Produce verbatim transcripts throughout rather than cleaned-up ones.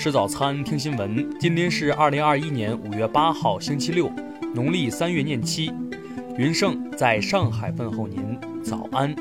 吃早餐，听新闻。今天是二零二一年五月八号，星期六，农历三月廿七。云盛在上海问候您，早安。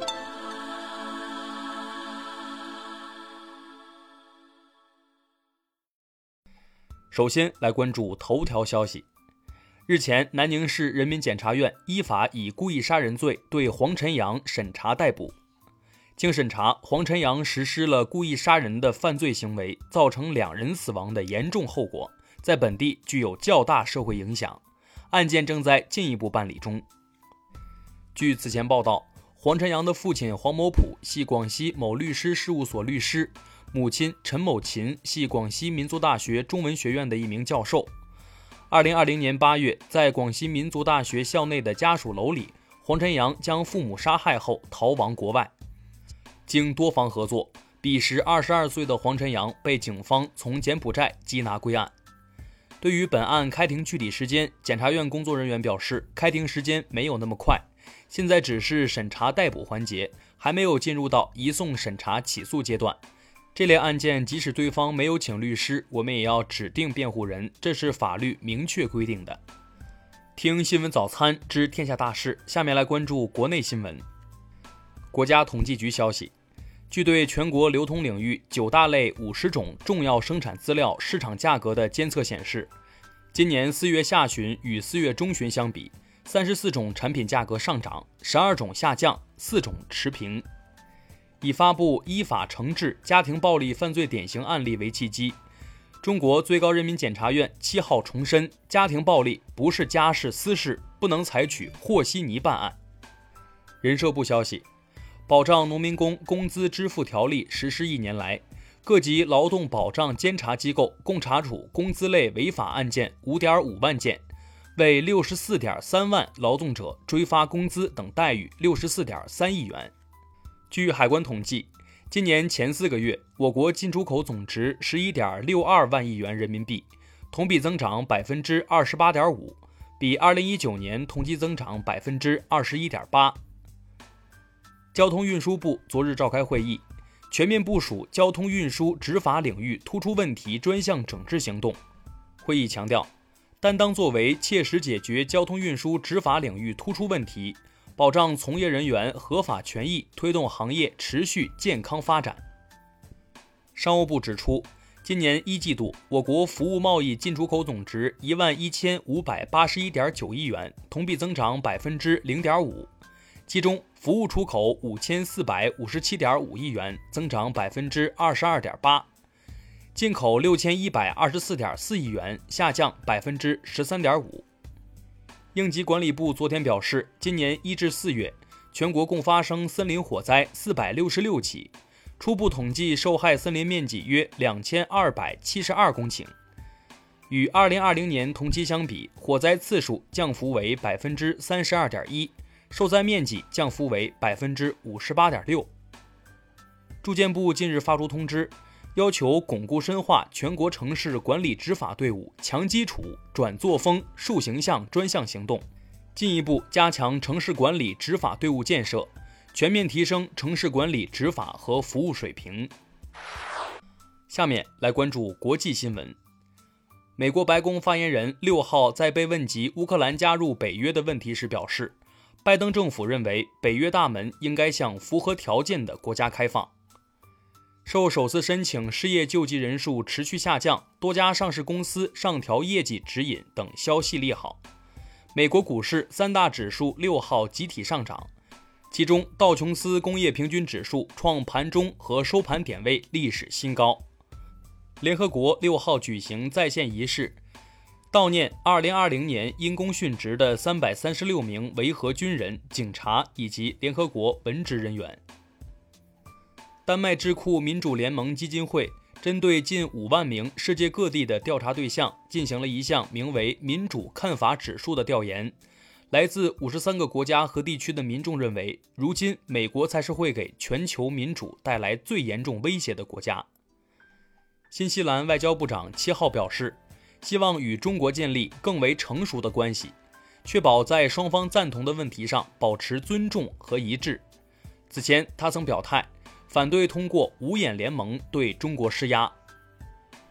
首先来关注头条消息。日前，南宁市人民检察院依法以故意杀人罪对黄晨阳审查逮捕。经审查，黄晨阳实施了故意杀人的犯罪行为，造成两人死亡的严重后果，在本地具有较大社会影响。案件正在进一步办理中。据此前报道，黄晨阳的父亲黄某普系广西某律师事务所律师，母亲陈某琴系广西民族大学中文学院的一名教授。二零二零年八月，在广西民族大学校内的家属楼里，黄晨阳将父母杀害后逃亡国外。经多方合作，彼时二十二岁的黄晨阳被警方从柬埔寨缉拿归案。对于本案开庭具体时间，检察院工作人员表示，开庭时间没有那么快，现在只是审查逮捕环节，还没有进入到移送审查起诉阶段。这类案件即使对方没有请律师，我们也要指定辩护人，这是法律明确规定的。听新闻早餐知天下大事，下面来关注国内新闻。国家统计局消息，据对全国流通领域九大类五十种重要生产资料市场价格的监测显示，今年四月下旬与四月中旬相比，三十四种产品价格上涨，十二种下降，四种持平。以发布依法惩治家庭暴力犯罪典型案例为契机，中国最高人民检察院七号重申，家庭暴力不是家事私事，不能采取和稀泥办案。人社部消息，保障农民工工资支付条例实施一年来，各级劳动保障监察机构共查处工资类违法案件 五点五万件，为 六十四点三万劳动者追发工资等待遇 六十四点三亿元。据海关统计，今年前四个月，我国进出口总值 十一点六二万亿元人民币，同比增长 百分之二十八点五， 比二零一九年同期增长 百分之二十一点八。交通运输部昨日召开会议，全面部署交通运输执法领域突出问题专项整治行动。会议强调，担当作为，切实解决交通运输执法领域突出问题，保障从业人员合法权益，推动行业持续健康发展。商务部指出，今年一季度，我国服务贸易进出口总值一万一千五百八十一点九亿元，同比增长 百分之零点五。其中，服务出口五千四百五十七点五亿元，增长 百分之二十二点八；进口六千一百二十四点四亿元，下降 百分之十三点五。应急管理部昨天表示，今年一至四月，全国共发生森林火灾四百六十六起，初步统计受害森林面积约两千二百七十二公顷。与二零二零年同期相比，火灾次数降幅为 百分之三十二点一，受灾面积降幅为 百分之五十八点六。住建部近日发出通知，要求巩固深化全国城市管理执法队伍强基础、转作风、树形象专项行动，进一步加强城市管理执法队伍建设，全面提升城市管理执法和服务水平。下面来关注国际新闻。美国白宫发言人六号在被问及乌克兰加入北约的问题时表示，拜登政府认为北约大门应该向符合条件的国家开放。受首次申请失业救济人数持续下降，多家上市公司上调业绩指引等消息利好，美国股市三大指数六号集体上涨，其中道琼斯工业平均指数创盘中和收盘点位历史新高。联合国六号举行在线仪式，悼念二零二零年因公殉职的三百三十六名维和军人、警察以及联合国文职人员。丹麦智库民主联盟基金会针对近五万名世界各地的调查对象进行了一项名为民主看法指数的调研。来自五十三个国家和地区的民众认为，如今美国才是会给全球民主带来最严重威胁的国家。新西兰外交部长七号表示，希望与中国建立更为成熟的关系，确保在双方赞同的问题上保持尊重和一致。此前他曾表态反对通过五眼联盟对中国施压。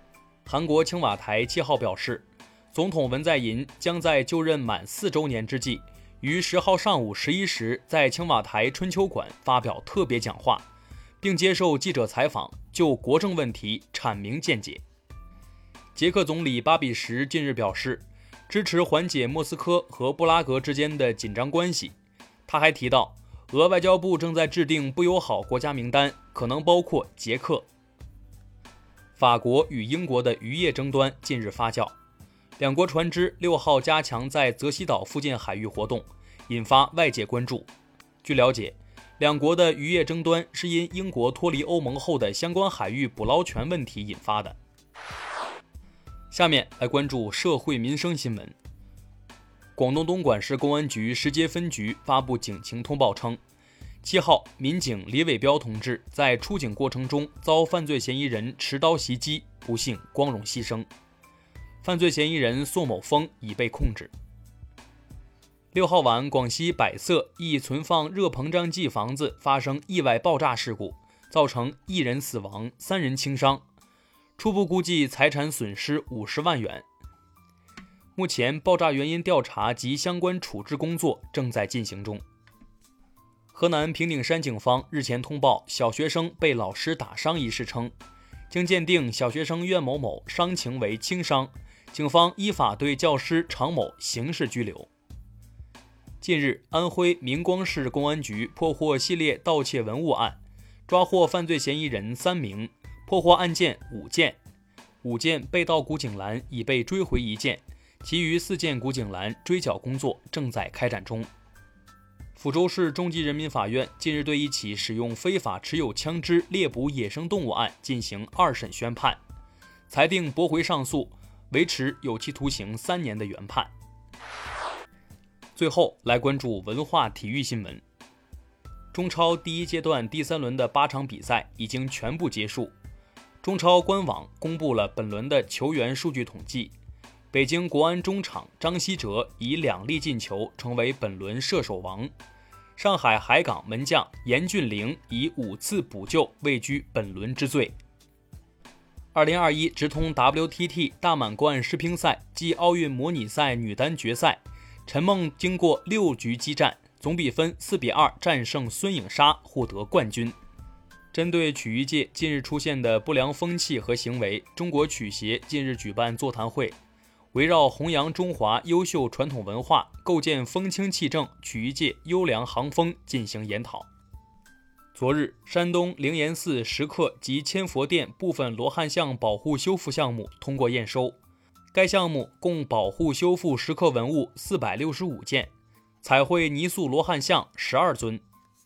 韩国青瓦台七号表示，总统文在寅将在就任满四周年之际，于十号上午十一时在青瓦台春秋馆发表特别讲话，并接受记者采访，就国政问题阐明见解。捷克总理巴比什近日表示，支持缓解莫斯科和布拉格之间的紧张关系。他还提到，俄外交部正在制定不友好国家名单，可能包括捷克。法国与英国的渔业争端近日发酵，两国船只六号加强在泽西岛附近海域活动，引发外界关注。据了解，两国的渔业争端是因英国脱离欧盟后的相关海域捕捞权问题引发的。下面来关注社会民生新闻。广东东莞市公安局石碣分局发布警情通报称，七号，民警李伟彪同志在出警过程中遭犯罪嫌疑人持刀袭击，不幸光荣牺牲。犯罪嫌疑人宋某峰已被控制。六号晚，广西百色一存放热膨胀剂房子发生意外爆炸事故，造成一人死亡，三人轻伤，初步估计财产损失五十万元。目前爆炸原因调查及相关处置工作正在进行中。河南平顶山警方日前通报小学生被老师打伤一事称，经鉴定小学生苑某某伤情为轻伤，警方依法对教师常某刑事拘留。近日，安徽明光市公安局破获系列盗窃文物案，抓获犯罪嫌疑人三名，破获案件五件，五件被盗古井栏已被追回一件，其余四件古井栏追缴工作正在开展中。抚州市中级人民法院近日对一起使用非法持有枪支猎捕野生动物案进行二审宣判，裁定驳回上诉，维持有期徒刑三年的原判。最后来关注文化体育新闻。中超第一阶段第三轮的八场比赛已经全部结束。中超官网公布了本轮的球员数据统计，北京国安中场张稀哲以两粒进球成为本轮射手王，上海海港门将严俊凌以五次补救位居本轮之最。二零二一直通 W T T 大满贯世乒赛暨奥运模拟赛女单决赛，陈梦经过六局激战，总比分四比二战胜孙颖莎，获得冠军。针对曲艺界近日出现的不良风气和行为，中国曲协近日举办座谈会，围绕弘扬中华优秀传统文化，构建风清气正曲艺界优良行风进行研讨。昨日，山东灵岩寺石刻及千佛殿部分罗汉像保护修复项目通过验收，该项目共保护修复石刻文物四百六十五件，彩绘泥塑罗汉像十二尊。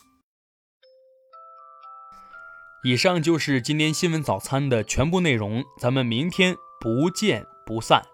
以上就是今天新闻早餐的全部内容，咱们明天不见不散。